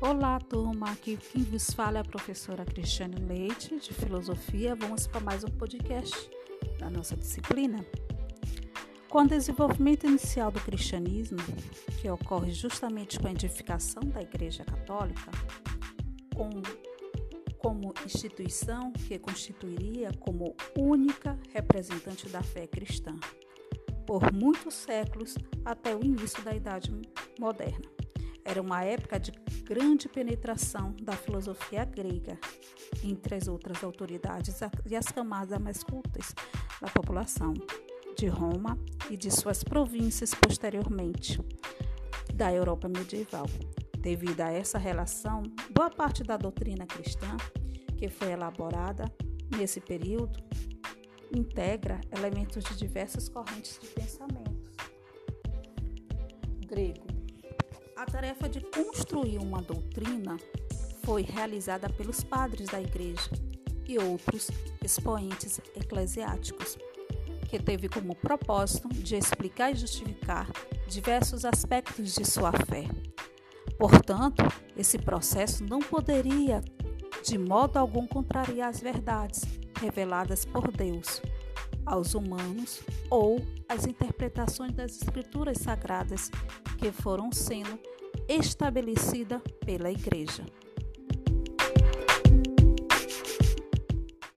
Olá, turma. Aqui quem vos fala é a professora Cristiane Leite, de Filosofia. Vamos para mais um podcast da nossa disciplina. Com o desenvolvimento inicial do cristianismo, que ocorre justamente com a edificação da Igreja Católica, como instituição que constituiria como única representante da fé cristã, por muitos séculos até o início da Idade Moderna. Era uma época de grande penetração da filosofia grega entre as outras autoridades e as camadas mais cultas da população de Roma e de suas províncias posteriormente da Europa medieval. Devido a essa relação, boa parte da doutrina cristã que foi elaborada nesse período integra elementos de diversas correntes de pensamentos grego. A tarefa de construir uma doutrina foi realizada pelos padres da igreja e outros expoentes eclesiásticos, que teve como propósito de explicar e justificar diversos aspectos de sua fé. Portanto, esse processo não poderia, de modo algum, contrariar as verdades reveladas por Deus aos humanos ou as interpretações das escrituras sagradas que foram sendo estabelecidas pela Igreja.